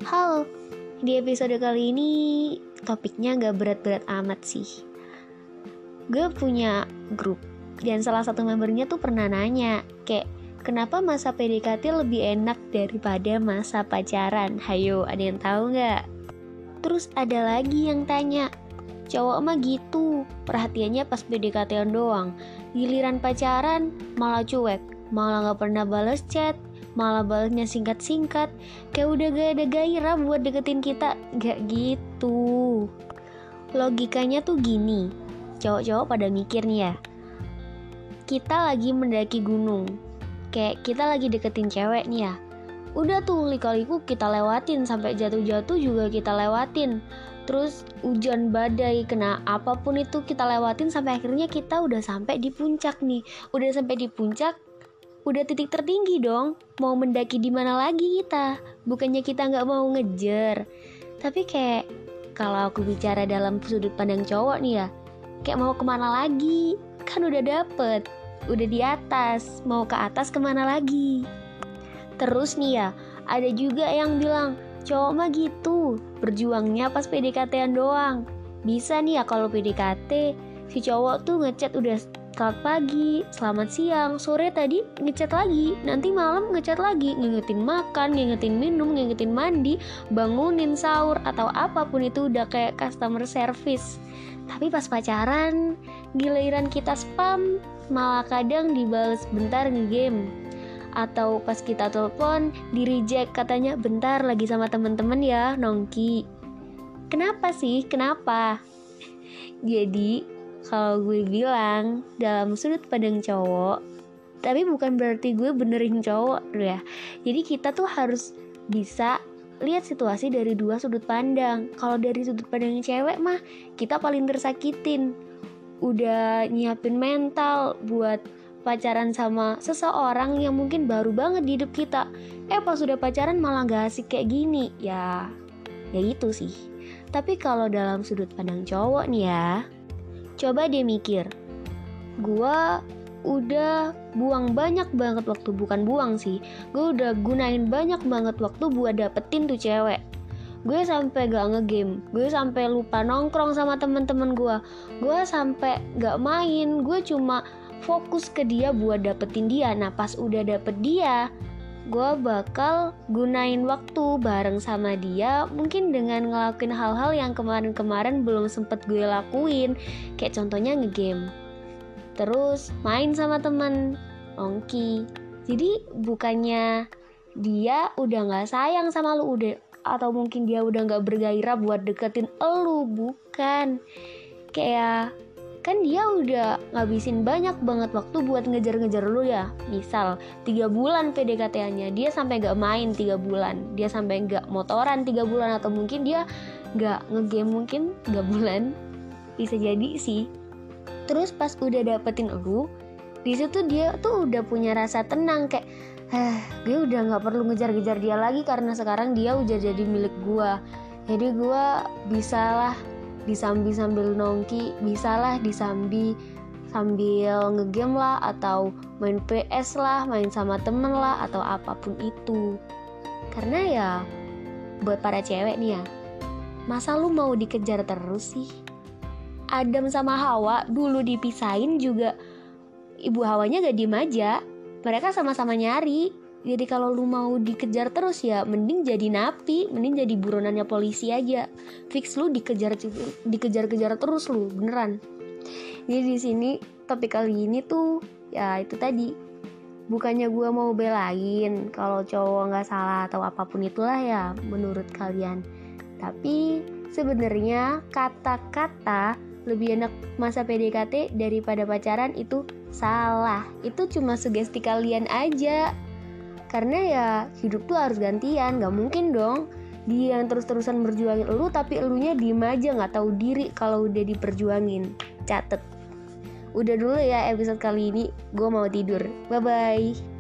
Halo, di episode kali ini topiknya gak berat-berat amat sih. Gue punya grup dan salah satu membernya tuh pernah nanya kayak, kenapa masa PDKT lebih enak daripada masa pacaran? Hayo, ada yang tahu gak? Terus ada lagi yang tanya, cowok mah gitu, perhatiannya pas PDKT-an doang, giliran pacaran malah cuek, malah gak pernah bales chat, malah balasnya singkat-singkat, kayak udah gak ada gairah buat deketin kita. Gak gitu. Logikanya tuh gini, cowok-cowok pada mikir nih ya, kita lagi mendaki gunung, kayak kita lagi deketin cewek nih ya, udah tuh lika-liku kita lewatin, sampai jatuh-jatuh juga kita lewatin, terus hujan badai, kena apapun itu kita lewatin, sampai akhirnya kita udah sampai di puncak nih. Udah sampai di puncak, udah titik tertinggi dong, mau mendaki di mana lagi kita? Bukannya kita nggak mau ngejar, tapi kayak kalau aku bicara dalam sudut pandang cowok nih ya, kayak mau kemana lagi? Kan udah dapet, udah di atas, mau ke atas kemana lagi? Terus nih ya, ada juga yang bilang cowok mah gitu, berjuangnya pas PDKT-an doang. Bisa nih ya kalau PDKT, si cowok tuh ngechat udah selamat pagi, selamat siang, sore tadi ngechat lagi, nanti malam ngechat lagi, ngingetin makan, ngingetin minum, ngingetin mandi, bangunin sahur, atau apapun itu udah kayak customer service. Tapi pas pacaran, giliran kita spam, malah kadang dibales bentar nge-game. Atau pas kita telepon, di-reject katanya bentar lagi sama temen-temen ya, nongki. Kenapa sih? Kenapa? Jadi kalau gue bilang dalam sudut pandang cowok, tapi bukan berarti gue benerin cowok ya. Jadi kita tuh harus bisa lihat situasi dari dua sudut pandang. Kalau dari sudut pandang cewek mah, kita paling tersakitin, udah nyiapin mental buat pacaran sama seseorang yang mungkin baru banget di hidup kita. Pas udah pacaran malah gak asik kayak gini. Ya gitu sih. Tapi kalau dalam sudut pandang cowok nih ya, coba dia mikir, gua udah buang banyak banget waktu, bukan buang sih, gue udah gunain banyak banget waktu buat dapetin tuh cewek. Gue sampai gak ngegame, gue sampai lupa nongkrong sama temen-temen gue sampai gak main, gue cuma fokus ke dia buat dapetin dia. Nah pas udah dapet dia, gue bakal gunain waktu bareng sama dia, mungkin dengan ngelakuin hal-hal yang kemarin-kemarin belum sempet gue lakuin, kayak contohnya ngegame, terus main sama temen, nongki. Jadi bukannya dia udah gak sayang sama lu, udah, atau mungkin dia udah gak bergairah buat deketin elu, bukan. Kayak kan dia udah ngabisin banyak banget waktu buat ngejar-ngejar lu ya. Misal 3 bulan PDKT-nya, dia sampai gak main 3 bulan, dia sampai gak motoran 3 bulan, atau mungkin dia gak ngegame mungkin 3 bulan, bisa jadi sih. Terus pas udah dapetin lu, disitu dia tuh udah punya rasa tenang, kayak gue udah gak perlu ngejar-ngejar dia lagi, karena sekarang dia udah jadi milik gue. Jadi gue bisalah disambi sambil nongki, bisalah disambi sambil ngegame lah, atau main PS lah, main sama temen lah, atau apapun itu. Karena ya buat para cewek nih ya, masa lu mau dikejar terus sih? Adam sama Hawa dulu dipisahin juga ibu Hawanya gak diem aja, mereka sama-sama nyari. Jadi kalau lu mau dikejar terus ya mending jadi napi, mending jadi buronannya polisi aja. Fix lu dikejar-kejar terus lu, beneran. Jadi di sini topik kali ini tuh ya itu tadi. Bukannya gue mau belain kalau cowok nggak salah atau apapun itulah ya menurut kalian. Tapi sebenarnya kata-kata lebih enak masa PDKT daripada pacaran itu salah. Itu cuma sugesti kalian aja. Karena ya hidup tuh harus gantian, gak mungkin dong dia yang terus-terusan berjuangin elu tapi elunya diem aja gak tahu diri kalau udah diperjuangin. Catet. Udah dulu ya episode kali ini, gue mau tidur. Bye-bye.